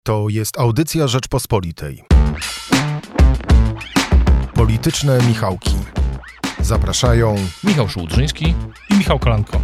To jest audycja Rzeczpospolitej. Polityczne Michałki. Zapraszają Michał Szułdrzyński i Michał Kolanko.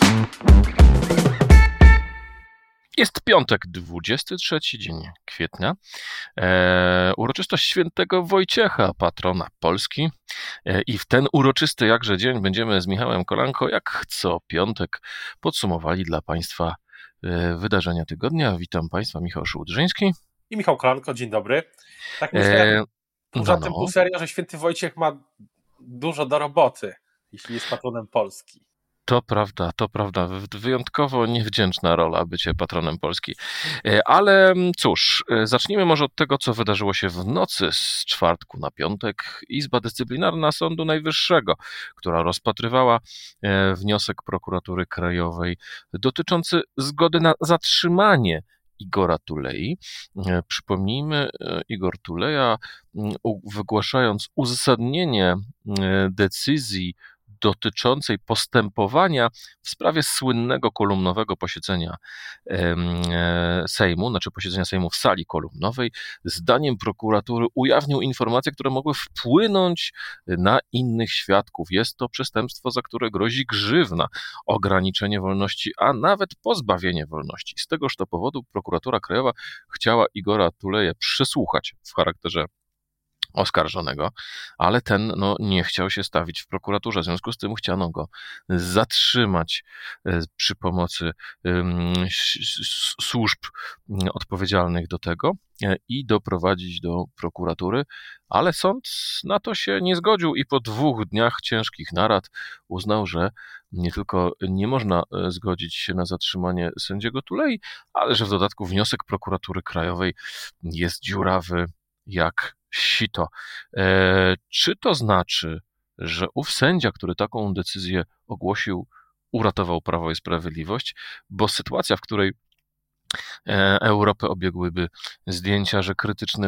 Jest piątek, 23 dzień kwietnia. Uroczystość świętego Wojciecha, patrona Polski. I w ten uroczysty jakże dzień będziemy z Michałem Kolanko, jak co piątek, podsumowali dla Państwa wydarzenia tygodnia. Witam Państwa, Michał Szułdrzyński. I Michał Kolanko, dzień dobry. Tak myślę, żartem pół serio, że święty Wojciech ma dużo do roboty, jeśli jest patronem Polski. To prawda. Wyjątkowo niewdzięczna rola bycie patronem Polski. Ale cóż, zacznijmy może od tego, co wydarzyło się w nocy z czwartku na piątek. Izba Dyscyplinarna Sądu Najwyższego, która rozpatrywała wniosek Prokuratury Krajowej dotyczący zgody na zatrzymanie Igora Tulei. Przypomnijmy, Igor Tuleja, wygłaszając uzasadnienie decyzji dotyczącej postępowania w sprawie słynnego kolumnowego posiedzenia Sejmu, znaczy posiedzenia Sejmu w sali kolumnowej, zdaniem prokuratury ujawnił informacje, które mogły wpłynąć na innych świadków. Jest to przestępstwo, za które grozi grzywna, ograniczenie wolności, a nawet pozbawienie wolności. Z tegoż to powodu prokuratura krajowa chciała Igora Tuleję przesłuchać w charakterze oskarżonego, ale ten nie chciał się stawić w prokuraturze. W związku z tym chciano go zatrzymać przy pomocy służb odpowiedzialnych do tego i doprowadzić do prokuratury, ale sąd na to się nie zgodził i po 2 dniach ciężkich narad uznał, że nie tylko nie można zgodzić się na zatrzymanie sędziego Tulei, ale że w dodatku wniosek prokuratury krajowej jest dziurawy jak sito. Czy to znaczy, że ów sędzia, który taką decyzję ogłosił, uratował Prawo i Sprawiedliwość? Bo sytuacja, w której Europę obiegłyby zdjęcia, że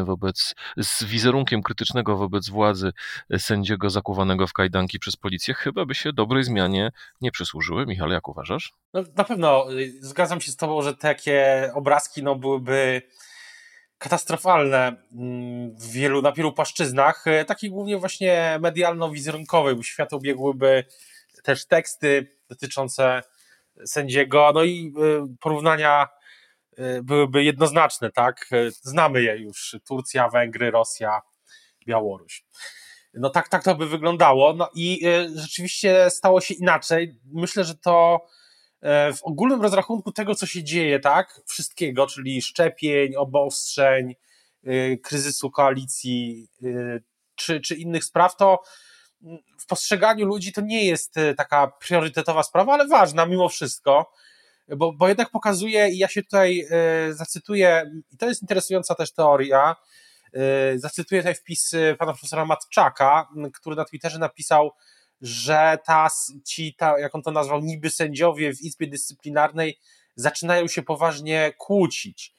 z wizerunkiem krytycznego wobec władzy sędziego zakuwanego w kajdanki przez policję, chyba by się dobrej zmianie nie przysłużyły. Michał, jak uważasz? No, na pewno zgadzam się z tobą, że takie obrazki byłyby katastrofalne na wielu płaszczyznach, takich głównie właśnie medialno-wizerunkowych, bo świat obiegłyby też teksty dotyczące sędziego, no i porównania byłyby jednoznaczne, tak? Znamy je już, Turcja, Węgry, Rosja, Białoruś. No tak to by wyglądało, no i rzeczywiście stało się inaczej. Myślę, że to w ogólnym rozrachunku tego, co się dzieje, tak, wszystkiego, czyli szczepień, obostrzeń, kryzysu koalicji, czy innych spraw, to w postrzeganiu ludzi to nie jest taka priorytetowa sprawa, ale ważna mimo wszystko, bo jednak pokazuje, i ja się tutaj zacytuję, i to jest interesująca też teoria, zacytuję tutaj wpis pana profesora Matczaka, który na Twitterze napisał, że jak on to nazwał, niby sędziowie w Izbie Dyscyplinarnej zaczynają się poważnie kłócić.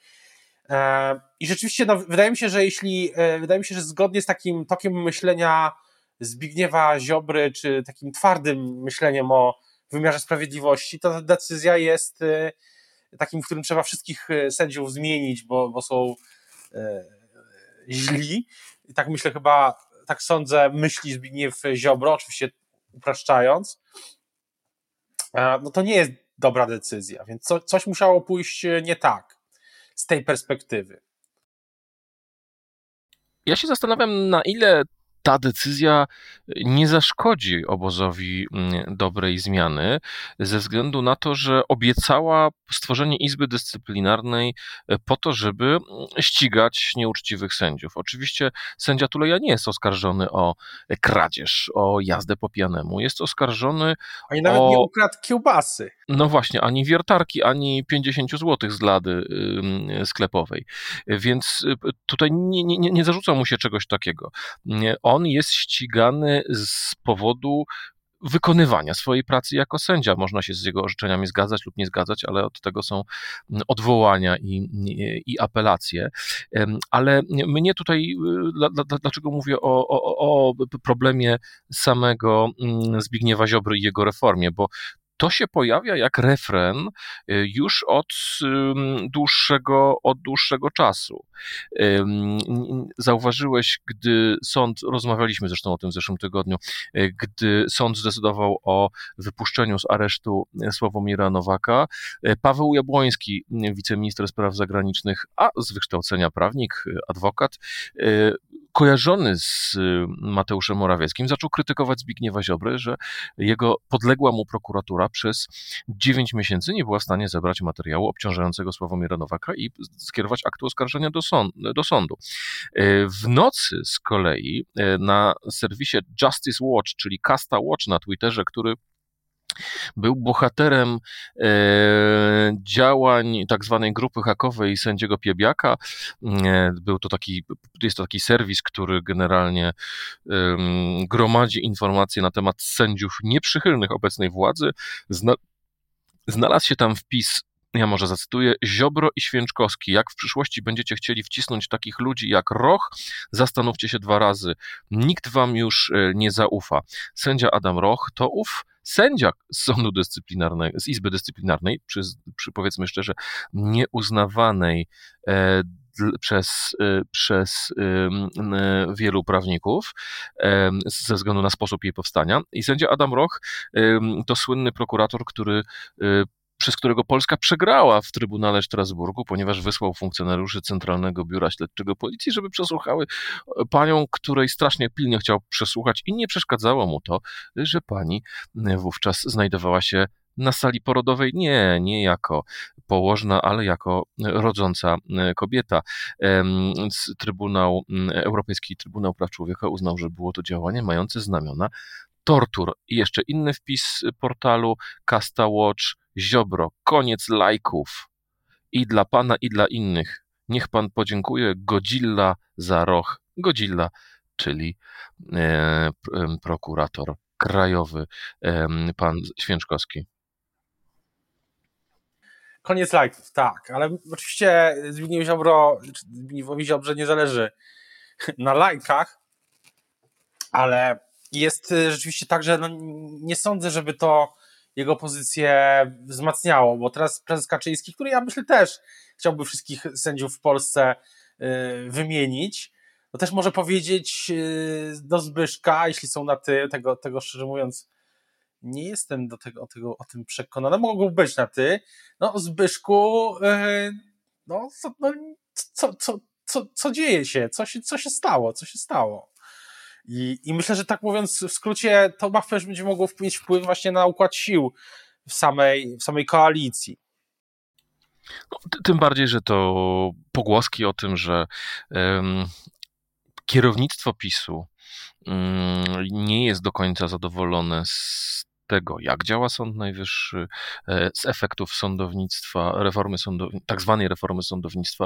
I rzeczywiście wydaje mi się, że zgodnie z takim tokiem myślenia Zbigniewa Ziobry, czy takim twardym myśleniem o wymiarze sprawiedliwości, to ta decyzja jest takim, w którym trzeba wszystkich sędziów zmienić, bo są źli. I tak myślę, chyba tak sądzę, myśli Zbigniew Ziobro, oczywiście upraszczając, no to nie jest dobra decyzja, więc coś musiało pójść nie tak z tej perspektywy. Ja się zastanawiam, na ile ta decyzja nie zaszkodzi obozowi dobrej zmiany, ze względu na to, że obiecała stworzenie Izby Dyscyplinarnej po to, żeby ścigać nieuczciwych sędziów. Oczywiście sędzia Tuleja nie jest oskarżony o kradzież, o jazdę po pijanemu. Jest oskarżony Oni nawet nie ukradł kiełbasy. No właśnie, ani wiertarki, ani 50 zł z lady sklepowej. Więc tutaj nie zarzuca mu się czegoś takiego. On jest ścigany z powodu wykonywania swojej pracy jako sędzia. Można się z jego orzeczeniami zgadzać lub nie zgadzać, ale od tego są odwołania i apelacje. Ale mnie tutaj, dlaczego mówię o problemie samego Zbigniewa Ziobry i jego reformie, bo to się pojawia jak refren już od dłuższego czasu. Zauważyłeś, gdy sąd, rozmawialiśmy zresztą o tym w zeszłym tygodniu, gdy sąd zdecydował o wypuszczeniu z aresztu Sławomira Nowaka, Paweł Jabłoński, wiceminister spraw zagranicznych, a z wykształcenia prawnik, adwokat, kojarzony z Mateuszem Morawieckim, zaczął krytykować Zbigniewa Ziobrę, że jego podległa mu prokuratura przez 9 miesięcy nie była w stanie zebrać materiału obciążającego Sławomira Nowaka i skierować aktu oskarżenia do sądu. W nocy z kolei na serwisie Justice Watch, czyli Kasta Watch na Twitterze, który był bohaterem działań tak zwanej grupy hakowej sędziego Piebiaka. Jest to taki serwis, który generalnie gromadzi informacje na temat sędziów nieprzychylnych obecnej władzy. Znalazł się tam wpis, ja może zacytuję: Ziobro i Święczkowski, jak w przyszłości będziecie chcieli wcisnąć takich ludzi jak Roch, zastanówcie się 2 razy. Nikt wam już nie zaufa. Sędzia Adam Roch to sędzia z sądu dyscyplinarnego, z Izby Dyscyplinarnej, przy powiedzmy szczerze, nieuznawanej przez wielu prawników ze względu na sposób jej powstania. I sędzia Adam Roch to słynny prokurator, przez którego Polska przegrała w Trybunale Strasburgu, ponieważ wysłał funkcjonariuszy Centralnego Biura Śledczego Policji, żeby przesłuchały panią, której strasznie pilnie chciał przesłuchać i nie przeszkadzało mu to, że pani wówczas znajdowała się na sali porodowej nie jako położna, ale jako rodząca kobieta. Europejski Trybunał Praw Człowieka uznał, że było to działanie mające znamiona tortur. I jeszcze inny wpis portalu Kasta Watch: Ziobro, koniec lajków. I dla pana, i dla innych. Niech pan podziękuje Godzilla za Roch. Godzilla, czyli prokurator krajowy, pan Święczkowski. Koniec lajków, tak, ale oczywiście Zbigniewowi Ziobrze nie zależy na lajkach, ale jest rzeczywiście tak, że nie sądzę, żeby to jego pozycję wzmacniało, bo teraz prezes Kaczyński, który ja myślę też chciałby wszystkich sędziów w Polsce wymienić, to też może powiedzieć do Zbyszka, jeśli są na ty, tego szczerze mówiąc nie jestem o tym przekonany, mogą być na ty, Zbyszku, co dzieje się, co się stało. I myślę, że tak mówiąc w skrócie, to też będzie mogło mieć wpływ właśnie na układ sił w samej koalicji. Tym bardziej, że to pogłoski o tym, że kierownictwo PiS-u nie jest do końca zadowolone z tego, jak działa Sąd Najwyższy, z efektów sądownictwa, tak zwanej reformy sądownictwa,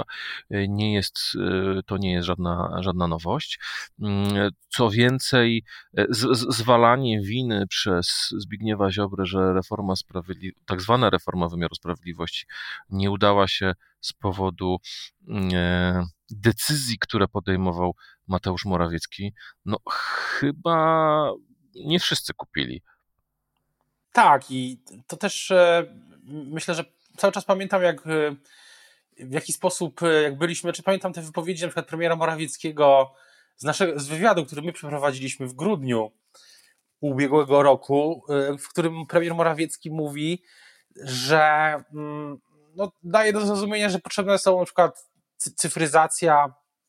to nie jest żadna nowość. Co więcej, zwalanie winy przez Zbigniewa Ziobrę, że tak zwana reforma wymiaru sprawiedliwości nie udała się z powodu decyzji, które podejmował Mateusz Morawiecki, chyba nie wszyscy kupili. Tak, i to też myślę, że cały czas pamiętam, w jaki sposób, jak byliśmy, pamiętam te wypowiedzi na przykład premiera Morawieckiego z wywiadu, który my przeprowadziliśmy w grudniu ubiegłego roku, w którym premier Morawiecki mówi, że daje do zrozumienia, że potrzebne są na przykład cyfryzacja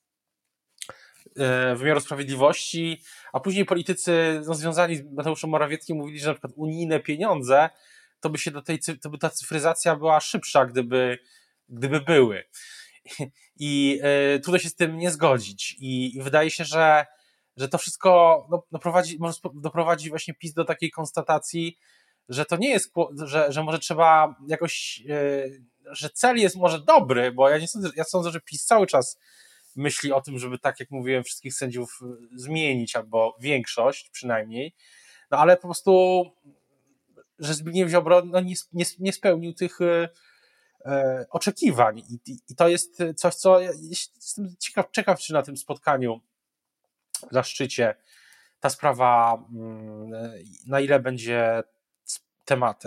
wymiaru sprawiedliwości, a później politycy związani z Mateuszem Morawieckim mówili, że na przykład unijne pieniądze, to by ta cyfryzacja była szybsza, gdyby były. I trudno się z tym nie zgodzić. I wydaje się, że to wszystko może doprowadzi właśnie PiS do takiej konstatacji, że to nie jest, że może trzeba jakoś, że cel jest może dobry, bo ja sądzę, że PiS cały czas myśli o tym, żeby, tak jak mówiłem, wszystkich sędziów zmienić, albo większość przynajmniej, ale po prostu, że Zbigniew Ziobro nie spełnił tych oczekiwań i to jest coś, co jestem ciekaw, czy na tym spotkaniu na szczycie ta sprawa na ile będzie tematem.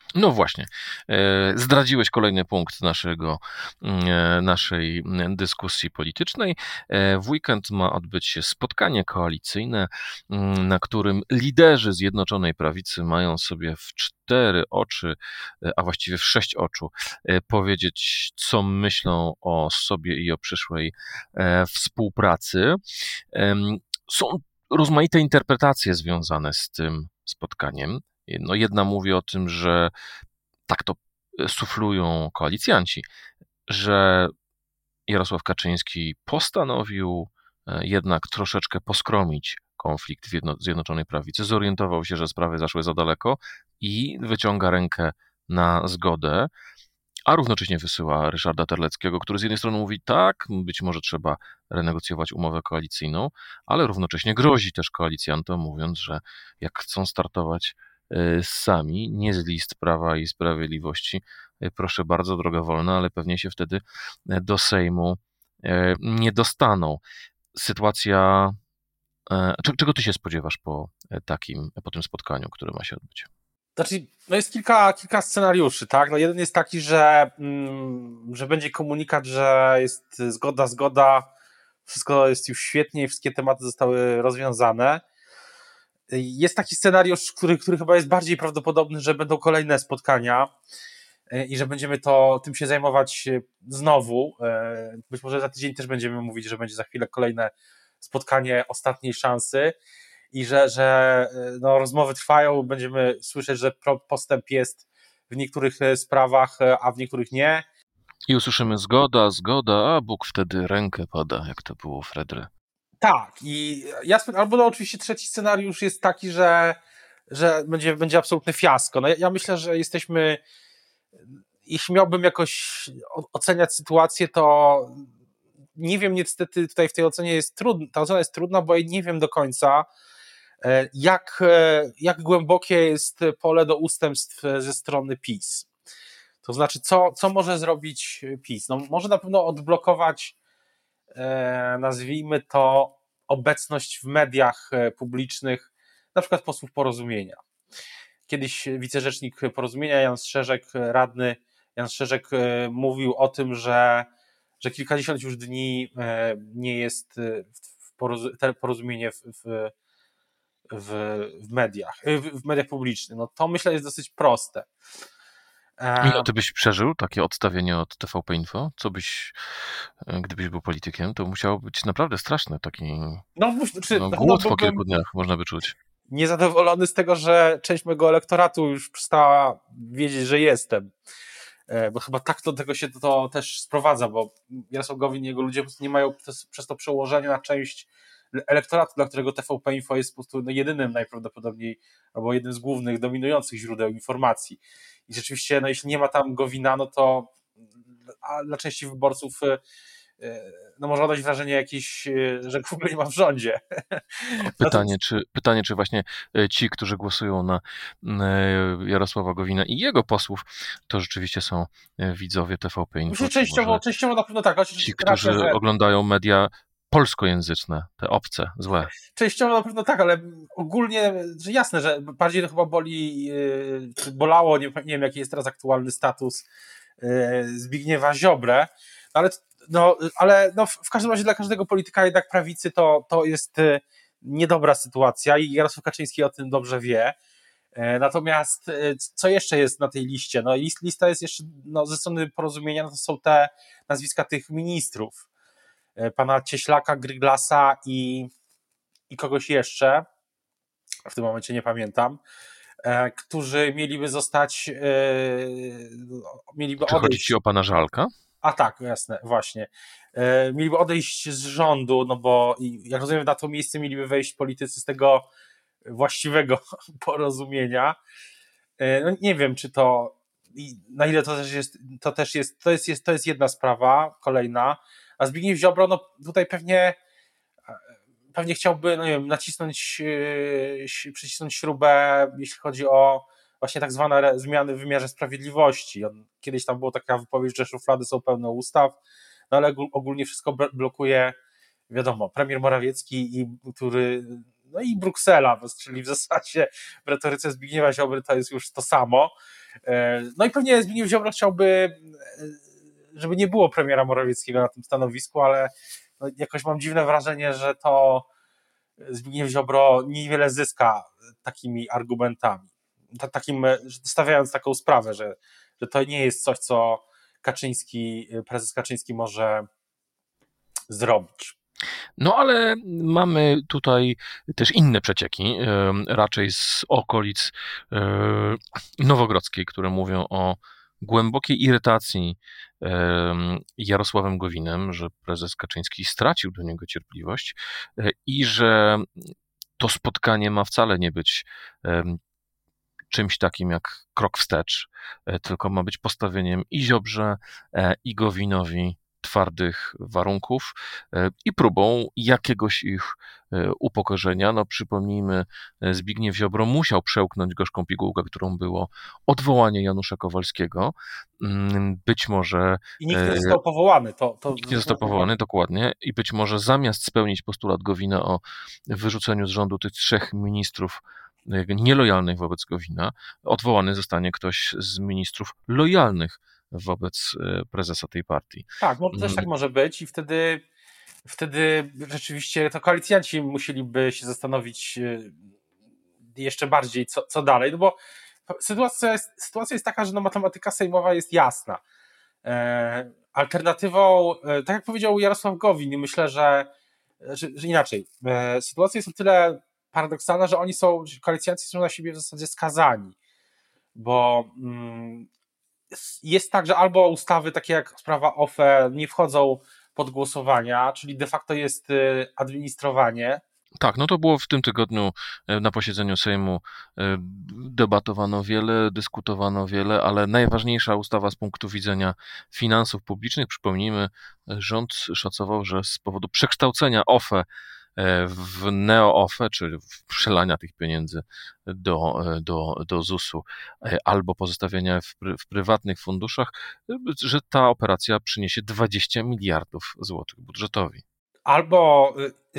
No właśnie, zdradziłeś kolejny punkt naszej dyskusji politycznej. W weekend ma odbyć się spotkanie koalicyjne, na którym liderzy Zjednoczonej Prawicy mają sobie w 4 oczy, a właściwie w 6 oczu, powiedzieć, co myślą o sobie i o przyszłej współpracy. Są rozmaite interpretacje związane z tym spotkaniem. No, jedna mówi o tym, że tak to suflują koalicjanci, że Jarosław Kaczyński postanowił jednak troszeczkę poskromić konflikt w Zjednoczonej Prawicy, zorientował się, że sprawy zaszły za daleko i wyciąga rękę na zgodę, a równocześnie wysyła Ryszarda Terleckiego, który z jednej strony mówi tak, być może trzeba renegocjować umowę koalicyjną, ale równocześnie grozi też koalicjantom, mówiąc, że jak chcą startować sami, nie z list Prawa i Sprawiedliwości, proszę bardzo, droga wolna, ale pewnie się wtedy do Sejmu nie dostaną. Sytuacja. Czego ty się spodziewasz po tym spotkaniu, które ma się odbyć? Znaczy, no jest kilka scenariuszy, tak? No jeden jest taki, że będzie komunikat, że jest zgoda, wszystko jest już świetnie i wszystkie tematy zostały rozwiązane. Jest taki scenariusz, który chyba jest bardziej prawdopodobny, że będą kolejne spotkania i że będziemy tym się zajmować znowu. Być może za tydzień też będziemy mówić, że będzie za chwilę kolejne spotkanie ostatniej szansy i że no, rozmowy trwają, będziemy słyszeć, że postęp jest w niektórych sprawach, a w niektórych nie. I usłyszymy zgoda, a Bóg wtedy rękę poda, jak to było u Fredry. Tak, i albo no, oczywiście trzeci scenariusz jest taki, że będzie absolutne fiasko. No, ja myślę, że jeśli miałbym jakoś oceniać sytuację, to nie wiem, niestety tutaj w tej ocenie ta ocena jest trudna, bo ja nie wiem do końca, jak głębokie jest pole do ustępstw ze strony PiS. To znaczy, co może zrobić PiS? No, może na pewno odblokować, nazwijmy to, obecność w mediach publicznych, na przykład posłów Porozumienia. Kiedyś wicerzecznik Porozumienia, radny Jan Strzeżek mówił o tym, że kilkadziesiąt już dni nie jest Porozumienie w mediach publicznych. No to myślę jest dosyć proste. Ile ty byś przeżył takie odstawienie od TVP Info? Gdybyś był politykiem, to musiało być naprawdę straszne, głód po kilku dniach można by czuć. Niezadowolony z tego, że część mojego elektoratu już przestała wiedzieć, że jestem. Bo chyba tak do tego się to też sprowadza, bo Jarosław Gowin i jego ludzie po prostu nie mają przez to przełożenia na część elektoratu, dla którego TVP Info jest po prostu jedynym najprawdopodobniej, albo jednym z głównych, dominujących źródeł informacji. I rzeczywiście, no jeśli nie ma tam Gowina, no to dla części wyborców no można dać wrażenie jakieś, że w ogóle nie ma w rządzie. Pytanie, czy właśnie ci, którzy głosują na Jarosława Gowina i jego posłów, to rzeczywiście są widzowie TVP Info. Myślę, częściowo na pewno tak. Ci, którzy oglądają media polskojęzyczne, te obce, złe. Częściowo na pewno tak, ale ogólnie, że jasne, że bardziej to chyba bolało, nie wiem jaki jest teraz aktualny status Zbigniewa Ziobrę, ale w każdym razie dla każdego polityka jednak prawicy to jest niedobra sytuacja i Jarosław Kaczyński o tym dobrze wie. Natomiast co jeszcze jest na tej liście? No lista jest jeszcze ze strony Porozumienia, no to są te nazwiska tych ministrów, pana Cieślaka, Gryglasa i kogoś jeszcze, w tym momencie nie pamiętam, którzy mieliby zostać, Czy chodzi ci o pana Żalka? A tak, jasne, właśnie. Mieliby odejść z rządu, no bo jak rozumiem, na to miejsce mieliby wejść politycy z tego właściwego Porozumienia. No nie wiem, czy na ile to jest jedna sprawa, kolejna, a Zbigniew Ziobro, no tutaj pewnie chciałby, no nie wiem, przycisnąć śrubę, jeśli chodzi o właśnie tak zwane zmiany w wymiarze sprawiedliwości. Kiedyś tam była taka wypowiedź, że szuflady są pełne ustaw, no ale ogólnie wszystko blokuje, wiadomo, premier Morawiecki, który no i Bruksela, czyli w zasadzie w retoryce Zbigniewa Ziobry to jest już to samo. No i pewnie Zbigniew Ziobro chciałby, żeby nie było premiera Morawieckiego na tym stanowisku, ale no jakoś mam dziwne wrażenie, że to Zbigniew Ziobro niewiele zyska takimi argumentami. Stawiając taką sprawę, że to nie jest coś, co prezes Kaczyński może zrobić. No ale mamy tutaj też inne przecieki, raczej z okolic Nowogrodzkiej, które mówią o głębokiej irytacji Jarosławem Gowinem, że prezes Kaczyński stracił do niego cierpliwość i że to spotkanie ma wcale nie być czymś takim jak krok wstecz, tylko ma być postawieniem i Ziobrze, i Gowinowi twardych warunków i próbą jakiegoś ich upokorzenia. No przypomnijmy, Zbigniew Ziobro musiał przełknąć gorzką pigułkę, którą było odwołanie Janusza Kowalskiego. Być może... I nikt nie został powołany. Nikt nie został powołany, dokładnie. I być może zamiast spełnić postulat Gowina o wyrzuceniu z rządu tych 3 ministrów nielojalnych wobec Gowina, odwołany zostanie ktoś z ministrów lojalnych wobec prezesa tej partii. Tak, też tak może być i wtedy rzeczywiście to koalicjanci musieliby się zastanowić jeszcze bardziej, co dalej, no bo sytuacja jest taka, że no matematyka sejmowa jest jasna. Alternatywą, tak jak powiedział Jarosław Gowin, myślę, że inaczej, sytuacja jest o tyle paradoksalna, że koalicjanci są na siebie w zasadzie skazani, bo jest tak, że albo ustawy takie jak sprawa OFE nie wchodzą pod głosowania, czyli de facto jest administrowanie. Tak, no to było w tym tygodniu na posiedzeniu Sejmu, debatowano wiele, dyskutowano wiele, ale najważniejsza ustawa z punktu widzenia finansów publicznych, przypomnijmy, rząd szacował, że z powodu przekształcenia OFE w neo-OFE, czyli przelania tych pieniędzy do ZUS-u albo pozostawienia w prywatnych funduszach, że ta operacja przyniesie 20 miliardów złotych budżetowi. Albo,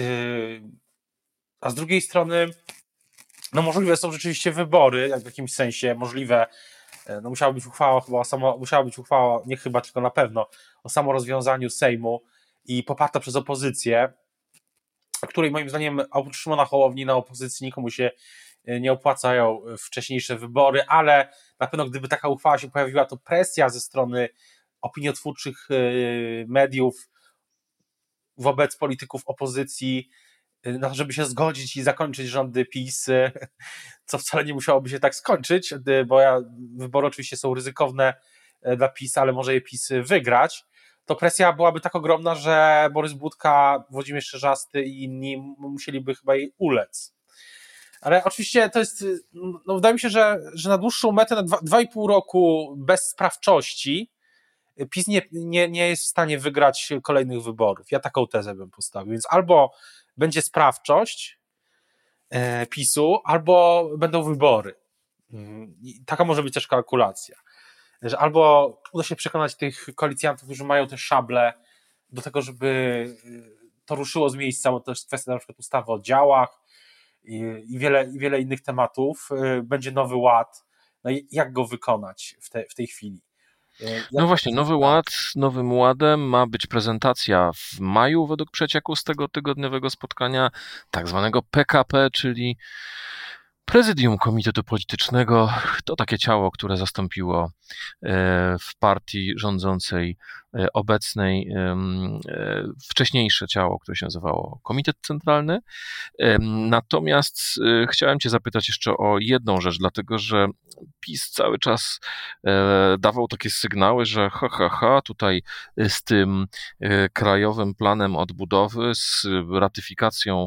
a z drugiej strony, no możliwe są rzeczywiście wybory, jak w jakimś sensie możliwe, no musiała być uchwała, nie chyba, tylko na pewno, o samorozwiązaniu Sejmu i poparta przez opozycję, której moim zdaniem oprócz Szymona Hołowni na opozycji nikomu się nie opłacają wcześniejsze wybory, ale na pewno gdyby taka uchwała się pojawiła, to presja ze strony opiniotwórczych mediów wobec polityków opozycji, żeby się zgodzić i zakończyć rządy PiS, co wcale nie musiałoby się tak skończyć, bo wybory oczywiście są ryzykowne dla PiS, ale może je PiS wygrać, to presja byłaby tak ogromna, że Borys Budka, Włodzimierz Czarzasty i inni musieliby chyba jej ulec. Ale oczywiście to jest, no wydaje mi się, że na dłuższą metę, na 2,5 roku bez sprawczości PiS nie jest w stanie wygrać kolejnych wyborów. Ja taką tezę bym postawił. Więc albo będzie sprawczość PiS-u, albo będą wybory. Taka może być też kalkulacja. Że albo uda się przekonać tych koalicjantów, którzy mają te szable do tego, żeby to ruszyło z miejsca, bo to jest kwestia na przykład ustawy o działach i wiele innych tematów. Będzie nowy ład. No i jak go wykonać w tej chwili? No właśnie, nowy ład, nowym ładem ma być prezentacja w maju według przecieku z tego tygodniowego spotkania tak zwanego PKP, czyli Prezydium Komitetu Politycznego. To takie ciało, które zastąpiło w partii rządzącej obecnej wcześniejsze ciało, które się nazywało Komitet Centralny. Natomiast chciałem Cię zapytać jeszcze o jedną rzecz, dlatego że PiS cały czas dawał takie sygnały, że tutaj z tym krajowym planem odbudowy, z ratyfikacją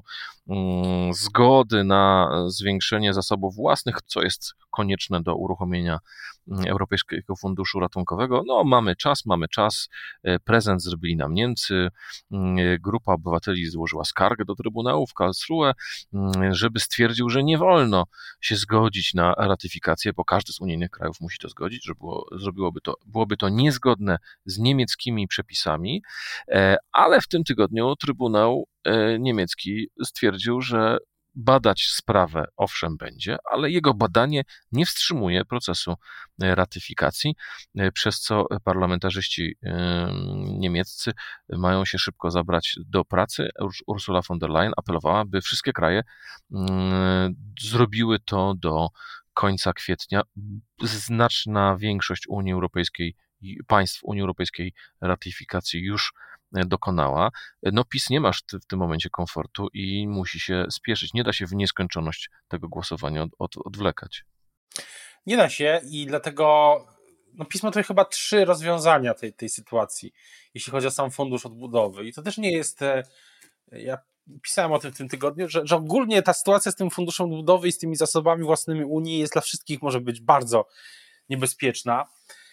zgody na zwiększenie zasobów własnych, co jest konieczne do uruchomienia Europejskiego Funduszu Ratunkowego. No mamy czas, prezent zrobili nam Niemcy, grupa obywateli złożyła skargę do Trybunału w Karlsruhe, żeby stwierdził, że nie wolno się zgodzić na ratyfikację, bo każdy z unijnych krajów musi to zgodzić, że byłoby to niezgodne z niemieckimi przepisami, ale w tym tygodniu Trybunał niemiecki stwierdził, że badać sprawę, owszem, będzie, ale jego badanie nie wstrzymuje procesu ratyfikacji, przez co parlamentarzyści niemieccy mają się szybko zabrać do pracy. Ursula von der Leyen apelowała, by wszystkie kraje zrobiły to do końca kwietnia. Znaczna większość Unii Europejskiej, państw Unii Europejskiej ratyfikacji już dokonała. No PiS nie ma w tym momencie komfortu i musi się spieszyć. Nie da się w nieskończoność tego głosowania odwlekać. Nie da się i dlatego PiS ma tutaj chyba 3 rozwiązania tej sytuacji, jeśli chodzi o sam fundusz odbudowy. I to też nie jest, ja pisałem o tym w tym tygodniu, że ogólnie ta sytuacja z tym funduszem odbudowy i z tymi zasobami własnymi Unii jest dla wszystkich, może być bardzo niebezpieczna.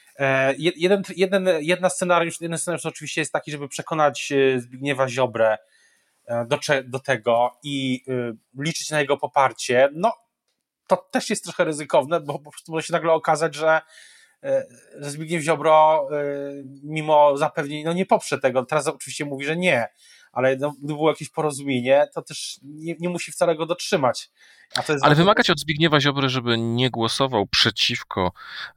Jeden scenariusz to oczywiście jest taki, żeby przekonać Zbigniewa Ziobrę do tego i liczyć na jego poparcie. No, to też jest trochę ryzykowne, bo po prostu może się nagle okazać, że Zbigniew Ziobro mimo zapewnień nie poprze tego. Teraz oczywiście mówi, że nie, ale gdyby było jakieś porozumienie, to też nie musi wcale go dotrzymać. Ale wymagać od Zbigniewa Ziobry, żeby nie głosował przeciwko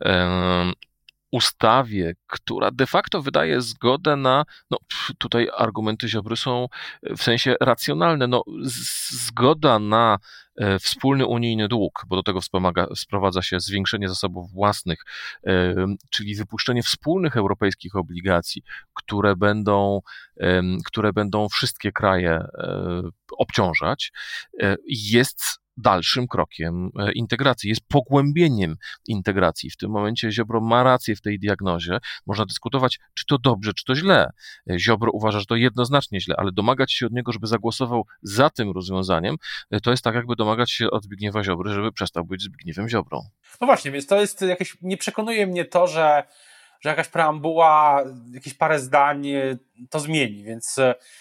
ustawie, która de facto wydaje zgodę na, tutaj argumenty Ziobry są w sensie racjonalne, zgoda na wspólny unijny dług, bo do tego sprowadza się zwiększenie zasobów własnych, czyli wypuszczenie wspólnych europejskich obligacji, które będą wszystkie kraje obciążać, jest dalszym krokiem integracji, jest pogłębieniem integracji. W tym momencie Ziobro ma rację w tej diagnozie. Można dyskutować, czy to dobrze, czy to źle. Ziobro uważa, że to jednoznacznie źle, ale domagać się od niego, żeby zagłosował za tym rozwiązaniem, to jest tak, jakby domagać się od Zbigniewa Ziobry, żeby przestał być Zbigniewem Ziobrą. No właśnie, więc to jest jakieś, nie przekonuje mnie to, że jakaś preambuła, jakieś parę zdań to zmieni, więc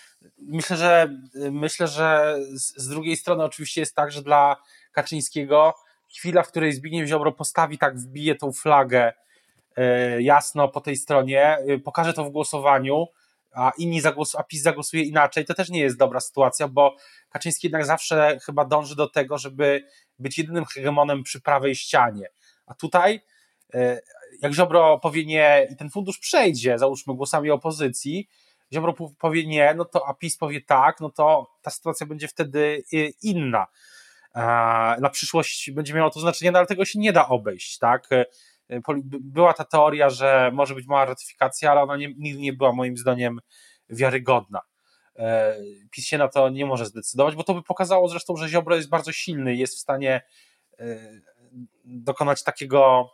myślę, że z drugiej strony oczywiście jest tak, że dla Kaczyńskiego chwila, w której Zbigniew Ziobro postawi, tak wbije tą flagę jasno po tej stronie, pokaże to w głosowaniu, a PiS zagłosuje inaczej, to też nie jest dobra sytuacja, bo Kaczyński jednak zawsze chyba dąży do tego, żeby być jedynym hegemonem przy prawej ścianie. A tutaj, jak Ziobro powie nie i ten fundusz przejdzie, załóżmy głosami opozycji, Ziobro powie nie, a PiS powie tak, to ta sytuacja będzie wtedy inna. Na przyszłość będzie miało to znaczenie, ale tego się nie da obejść, tak? Była ta teoria, że może być mała ratyfikacja, ale ona nigdy nie była moim zdaniem wiarygodna. PiS się na to nie może zdecydować, bo to by pokazało zresztą, że Ziobro jest bardzo silny i jest w stanie dokonać takiego,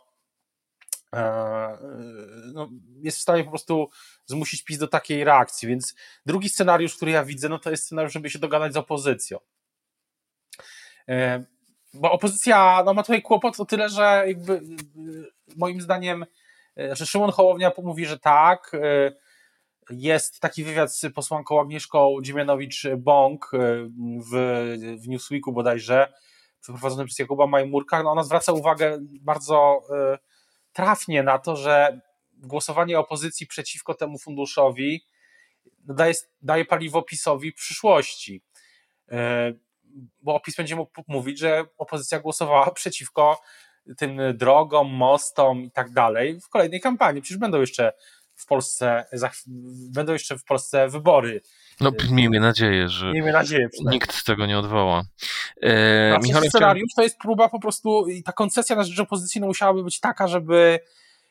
jest w stanie po prostu zmusić PiS do takiej reakcji, więc drugi scenariusz, który ja widzę, to jest scenariusz, żeby się dogadać z opozycją. Bo opozycja ma tutaj kłopot o tyle, że jakby moim zdaniem, że Szymon Hołownia mówi, że tak, jest taki wywiad z posłanką Agnieszką Dziemianowicz-Bąk w Newsweeku bodajże, przeprowadzony przez Jakuba Majmurka. Ona zwraca uwagę bardzo trafnie na to, że głosowanie opozycji przeciwko temu funduszowi daje paliwo PiS-owi w przyszłości. Bo PiS będzie mógł mówić, że opozycja głosowała przeciwko tym drogom, mostom i tak dalej w kolejnej kampanii. Przecież będą jeszcze w Polsce wybory. Miejmy nadzieję, że nikt tego nie odwoła. Michał, scenariusz to jest próba po prostu, i ta koncesja na rzecz opozycji musiałaby być taka, żeby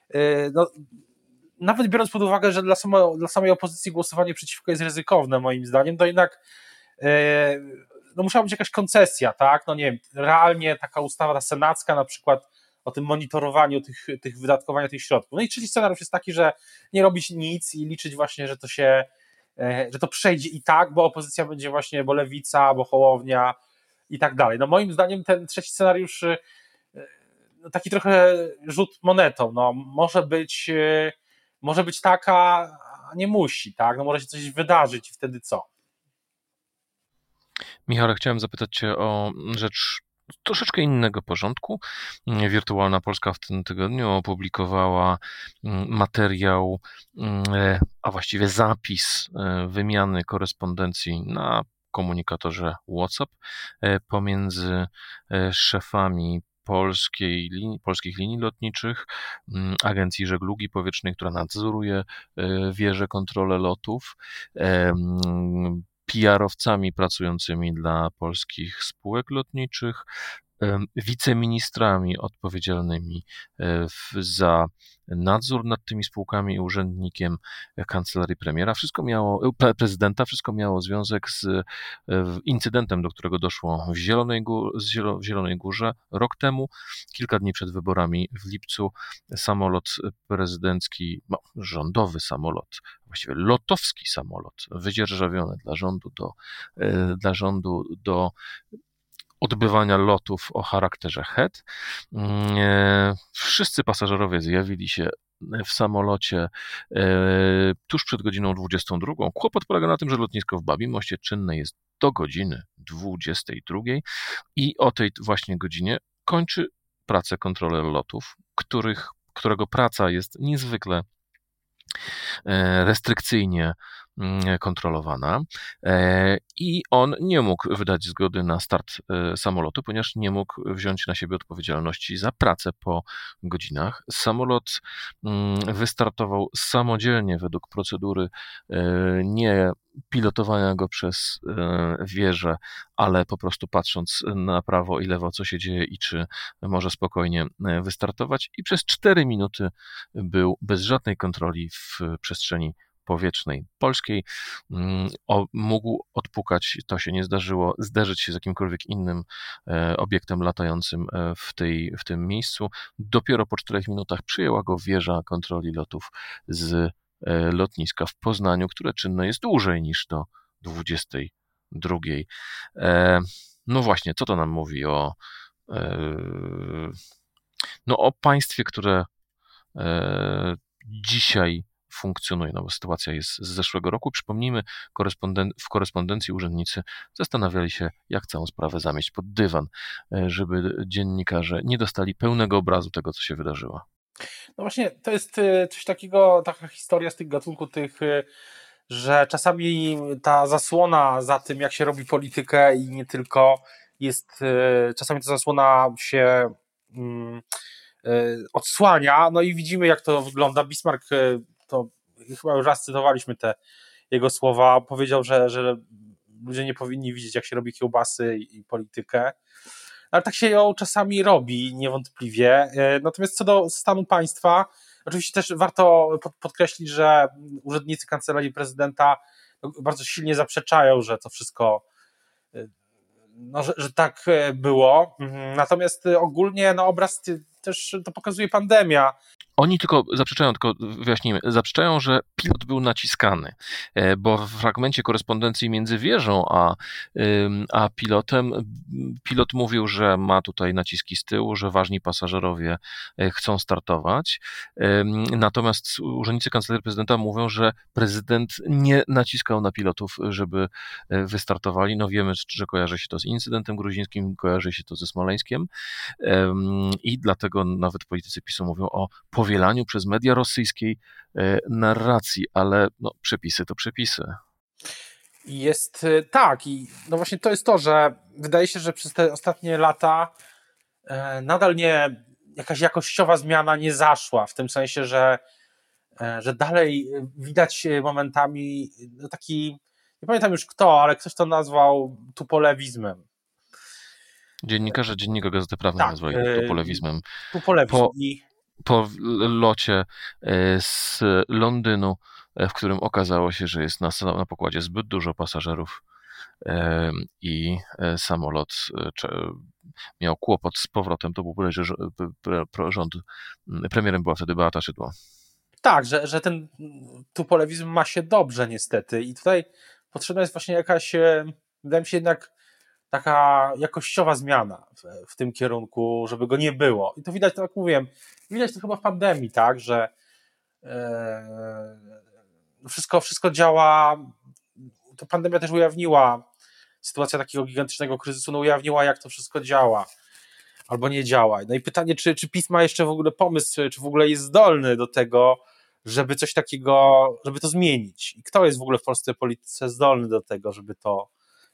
nawet biorąc pod uwagę, że dla samej opozycji głosowanie przeciwko jest ryzykowne moim zdaniem, to jednak musiała być jakaś koncesja, tak? Nie wiem, realnie taka ustawa ta senacka na przykład o tym monitorowaniu tych wydatkowania tych środków. I trzeci scenariusz jest taki, że nie robić nic i liczyć właśnie, że to przejdzie i tak, bo opozycja będzie właśnie, bo Lewica, bo Hołownia i tak dalej. Moim zdaniem ten trzeci scenariusz taki trochę rzut monetą, może być taka, a nie musi, tak? Może się coś wydarzyć i wtedy co? Michale, chciałem zapytać Cię o rzecz troszeczkę innego porządku. Wirtualna Polska w tym tygodniu opublikowała materiał, a właściwie zapis wymiany korespondencji na komunikatorze WhatsApp pomiędzy szefami polskich linii lotniczych, Agencji Żeglugi Powietrznej, która nadzoruje wieże kontrolę lotów, PR-owcami pracującymi dla polskich spółek lotniczych, wiceministrami odpowiedzialnymi za nadzór nad tymi spółkami i urzędnikiem kancelarii prezydenta. Wszystko miało związek z incydentem, do którego doszło w Zielonej Górze rok temu, kilka dni przed wyborami w lipcu. Samolot prezydencki, rządowy samolot, właściwie lotowski samolot, wydzierżawiony dla rządu do odbywania lotów o charakterze HET. Wszyscy pasażerowie zjawili się w samolocie tuż przed godziną 22. Kłopot polega na tym, że lotnisko w Babimoście czynne jest do godziny 22 i o tej właśnie godzinie kończy pracę kontroler lotów, którego praca jest niezwykle restrykcyjnie kontrolowana i on nie mógł wydać zgody na start samolotu, ponieważ nie mógł wziąć na siebie odpowiedzialności za pracę po godzinach. Samolot wystartował samodzielnie według procedury nie pilotowania go przez wieżę, ale po prostu patrząc na prawo i lewo, co się dzieje i czy może spokojnie wystartować, i przez 4 minuty był bez żadnej kontroli w przestrzeni powietrznej polskiej. Mógł odpukać, to się nie zdarzyło, zderzyć się z jakimkolwiek innym obiektem latającym w tym miejscu. Dopiero po 4 minutach przyjęła go wieża kontroli lotów z lotniska w Poznaniu, które czynne jest dłużej niż do 22. No właśnie, co to nam mówi o państwie, które dzisiaj funkcjonuje, no bo sytuacja jest z zeszłego roku. Przypomnijmy, w korespondencji urzędnicy zastanawiali się, jak całą sprawę zamieść pod dywan, żeby dziennikarze nie dostali pełnego obrazu tego, co się wydarzyło. No właśnie, to jest coś takiego, taka historia z tych gatunków że czasami ta zasłona za tym, jak się robi politykę i nie tylko, czasami ta zasłona się odsłania, no i widzimy, jak to wygląda. Bismarck, to chyba już raz cytowaliśmy te jego słowa, powiedział, że ludzie nie powinni widzieć, jak się robi kiełbasy i politykę, ale tak się ją czasami robi, niewątpliwie. Natomiast co do stanu państwa, oczywiście też warto podkreślić, że urzędnicy Kancelarii Prezydenta bardzo silnie zaprzeczają, że to wszystko, że tak było. Natomiast ogólnie obraz też to pokazuje pandemia. Oni tylko wyjaśnijmy, zaprzeczają, że pilot był naciskany, bo w fragmencie korespondencji między wieżą a pilotem, pilot mówił, że ma tutaj naciski z tyłu, że ważni pasażerowie chcą startować, natomiast urzędnicy Kancelarii Prezydenta mówią, że prezydent nie naciskał na pilotów, żeby wystartowali. No wiemy, że kojarzy się to z incydentem gruzińskim, kojarzy się to ze Smoleńskiem i dlatego nawet politycy PiS-u mówią o powielaniu przez media rosyjskiej narracji, ale przepisy to przepisy. Jest tak i właśnie to jest to, że wydaje się, że przez te ostatnie lata nadal jakaś jakościowa zmiana nie zaszła, w tym sensie, że dalej widać momentami taki, nie pamiętam już kto, ale ktoś to nazwał tupolewizmem. Dziennikarze Dziennika Gazety Prawnej nazwali tupolewizmem. Tupolewizm. Po locie z Londynu, w którym okazało się, że jest na pokładzie zbyt dużo pasażerów i samolot miał kłopot z powrotem, to był bodajże rząd, premierem była wtedy Beata Szydło. Tak, że ten tupolewizm ma się dobrze niestety i tutaj potrzebna jest właśnie jakaś, wydaje mi się jednak taka jakościowa zmiana w tym kierunku, żeby go nie było. I to widać, tak jak mówiłem, widać to chyba w pandemii, tak, że wszystko działa. To pandemia też ujawniła, sytuacja takiego gigantycznego kryzysu, ujawniła, jak to wszystko działa albo nie działa. No i pytanie, czy PiS ma jeszcze w ogóle pomysł, czy w ogóle jest zdolny do tego, żeby coś takiego, żeby to zmienić. I kto jest w ogóle w polskiej polityce zdolny do tego, żeby to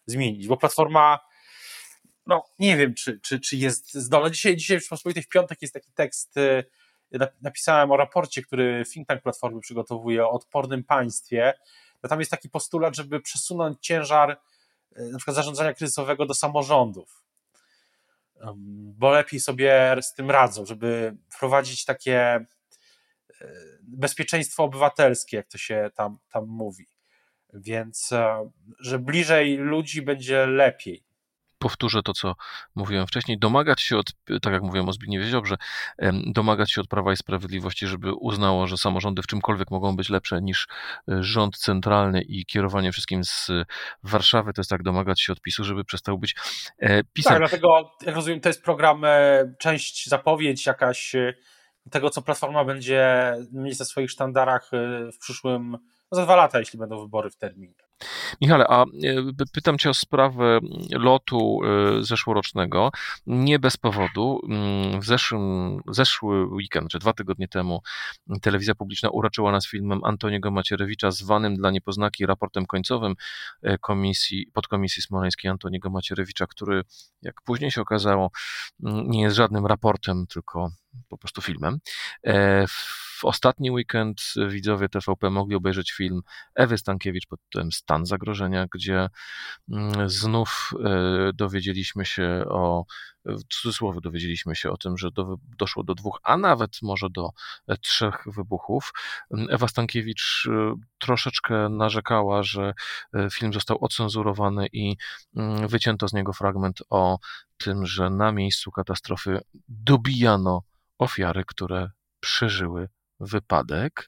zmienić, bo Platforma, no nie wiem, czy jest zdolna. Dzisiaj w Rzeczpospolitej w piątek jest taki tekst, napisałem o raporcie, który think tank Platformy przygotowuje o odpornym państwie. No tam jest taki postulat, żeby przesunąć ciężar na przykład zarządzania kryzysowego do samorządów, bo lepiej sobie z tym radzą, żeby wprowadzić takie bezpieczeństwo obywatelskie, jak to się tam mówi. Więc, że bliżej ludzi będzie lepiej. Powtórzę to, co mówiłem wcześniej, tak jak mówiłem o Zbigniewie Ziobrze, domagać się od Prawa i Sprawiedliwości, żeby uznało, że samorządy w czymkolwiek mogą być lepsze niż rząd centralny i kierowanie wszystkim z Warszawy, to jest tak domagać się od PiS-u, żeby przestał być PiS-em. Tak, dlatego, jak rozumiem, to jest program, część zapowiedź jakaś tego, co Platforma będzie mieć na swoich sztandarach w przyszłym, no za 2 lata, jeśli będą wybory w terminie. Michale, a pytam cię o sprawę lotu zeszłorocznego. Nie bez powodu. Zeszły weekend, czy 2 tygodnie temu, telewizja publiczna uraczyła nas filmem Antoniego Macierewicza, zwanym dla niepoznaki raportem końcowym podkomisji smoleńskiej Antoniego Macierewicza, który, jak później się okazało, nie jest żadnym raportem, tylko po prostu filmem. W ostatni weekend widzowie TVP mogli obejrzeć film Ewy Stankiewicz pod tytułem Stan zagrożenia, gdzie znów dowiedzieliśmy się w cudzysłowie dowiedzieliśmy się o tym, że doszło do 2, a nawet może do 3 wybuchów. Ewa Stankiewicz troszeczkę narzekała, że film został ocenzurowany i wycięto z niego fragment o tym, że na miejscu katastrofy dobijano ofiary, które przeżyły wypadek.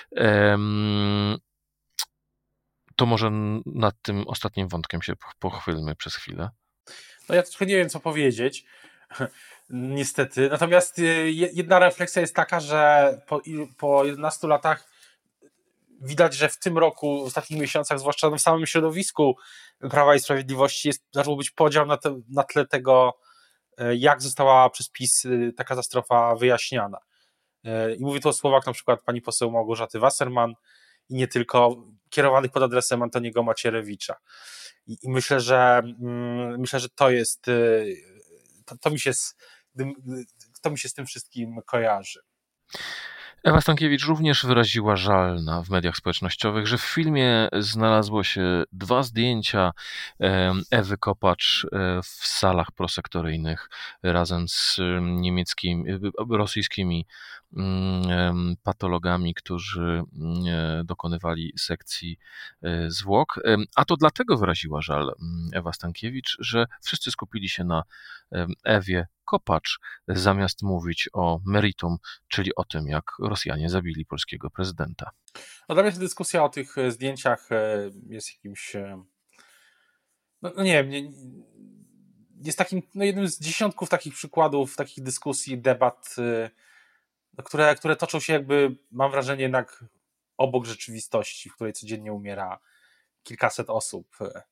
To może nad tym ostatnim wątkiem się pochwylmy przez chwilę. No ja trochę nie wiem, co powiedzieć, niestety. Natomiast jedna refleksja jest taka, że po 11 latach widać, że w tym roku, w ostatnich miesiącach, zwłaszcza w samym środowisku Prawa i Sprawiedliwości, zaczął być podział na tle tego, jak została przez PiS ta katastrofa wyjaśniana. I mówię tu o słowach na przykład pani poseł Małgorzaty Wasserman i nie tylko, kierowanych pod adresem Antoniego Macierewicza. I myślę, że to jest, to mi się z tym wszystkim kojarzy. Ewa Stankiewicz również wyraziła żal w mediach społecznościowych, że w filmie znalazło się 2 zdjęcia Ewy Kopacz w salach prosektoryjnych razem z rosyjskimi patologami, którzy dokonywali sekcji zwłok. A to dlatego wyraziła żal Ewa Stankiewicz, że wszyscy skupili się na Ewie Kopacz, zamiast mówić o meritum, czyli o tym, jak Rosjanie zabili polskiego prezydenta. No dla mnie ta dyskusja o tych zdjęciach jest jakimś, no nie wiem, jest takim, no jednym z dziesiątków takich przykładów, takich dyskusji, debat, które toczą się jakby, mam wrażenie, jednak obok rzeczywistości, w której codziennie umiera kilkaset osób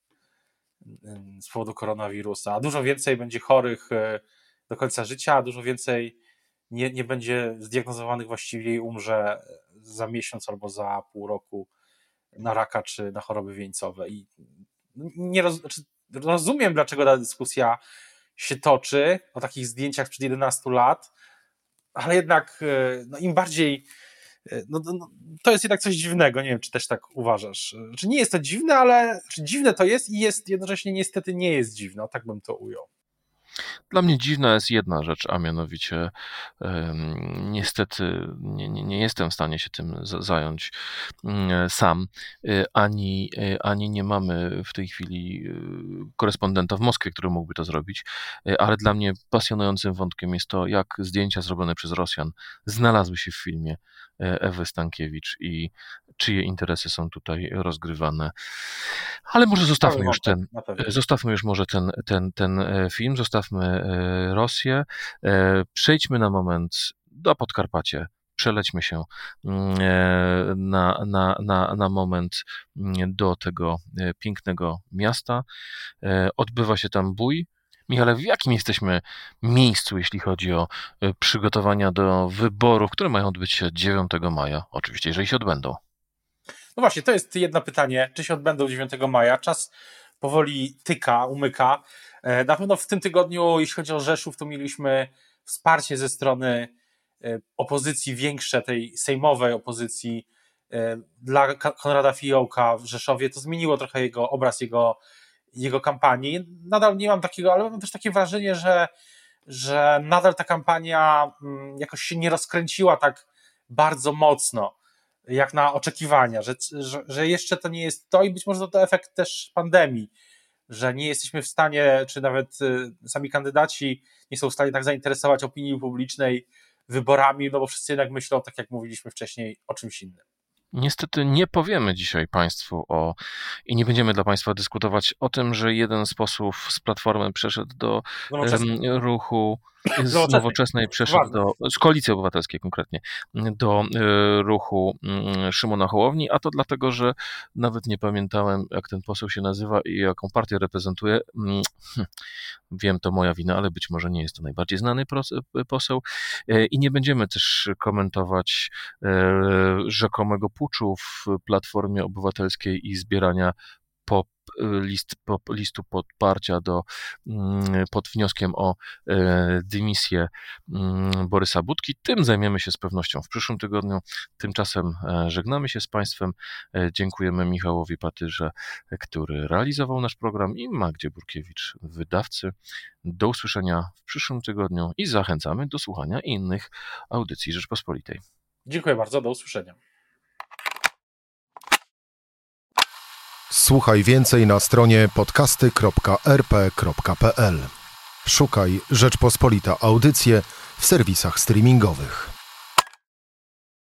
z powodu koronawirusa, a dużo więcej będzie chorych do końca życia, a dużo więcej nie będzie zdiagnozowanych właściwie i umrze za miesiąc albo za pół roku na raka czy na choroby wieńcowe. I rozumiem, dlaczego ta dyskusja się toczy o takich zdjęciach sprzed 11 lat, ale jednak no im bardziej to jest jednak coś dziwnego, nie wiem, czy też tak uważasz. Czy nie jest to dziwne, ale czy dziwne to jest i jest jednocześnie niestety nie jest dziwne, tak bym to ujął. Dla mnie dziwna jest jedna rzecz, a mianowicie niestety nie jestem w stanie się tym zająć sam, ani nie mamy w tej chwili korespondenta w Moskwie, który mógłby to zrobić, ale dla mnie pasjonującym wątkiem jest to, jak zdjęcia zrobione przez Rosjan znalazły się w filmie Ewy Stankiewicz i czyje interesy są tutaj rozgrywane. Ale może zostawmy już może ten film, zostawmy Rosję, przejdźmy na moment do Podkarpacia. Przelećmy się na moment do tego pięknego miasta. Odbywa się tam bój. Michale, w jakim jesteśmy miejscu, jeśli chodzi o przygotowania do wyborów, które mają odbyć się 9 maja? Oczywiście, jeżeli się odbędą. No właśnie, to jest jedno pytanie, czy się odbędą 9 maja. Czas powoli umyka. Na pewno w tym tygodniu, jeśli chodzi o Rzeszów, to mieliśmy wsparcie ze strony opozycji większe, tej sejmowej opozycji dla Konrada Fiołka w Rzeszowie. To zmieniło trochę obraz jego kampanii. Nadal nie mam takiego, ale mam też takie wrażenie, że nadal ta kampania jakoś się nie rozkręciła tak bardzo mocno, jak na oczekiwania, że jeszcze to nie jest to i być może to efekt też pandemii, że nie jesteśmy w stanie, czy nawet sami kandydaci nie są w stanie tak zainteresować opinii publicznej wyborami, no bo wszyscy jednak myślą, tak jak mówiliśmy wcześniej, o czymś innym. Niestety nie powiemy dzisiaj Państwu i nie będziemy dla Państwa dyskutować o tym, że jeden z posłów z Platformy przeszedł do ruchu, z Nowoczesnej przeszedł z Koalicji Obywatelskiej konkretnie, do ruchu Szymona Hołowni, a to dlatego, że nawet nie pamiętałem, jak ten poseł się nazywa i jaką partię reprezentuje. Wiem, to moja wina, ale być może nie jest to najbardziej znany poseł i nie będziemy też komentować rzekomego puczu w Platformie Obywatelskiej i zbierania listu poparcia pod wnioskiem o dymisję Borysa Budki. Tym zajmiemy się z pewnością w przyszłym tygodniu. Tymczasem żegnamy się z Państwem. Dziękujemy Michałowi Patyrze, który realizował nasz program, i Magdzie Burkiewicz, wydawcy. Do usłyszenia w przyszłym tygodniu i zachęcamy do słuchania innych audycji Rzeczpospolitej. Dziękuję bardzo, do usłyszenia. Słuchaj więcej na stronie podcasty.rp.pl. Szukaj Rzeczpospolita Audycje w serwisach streamingowych.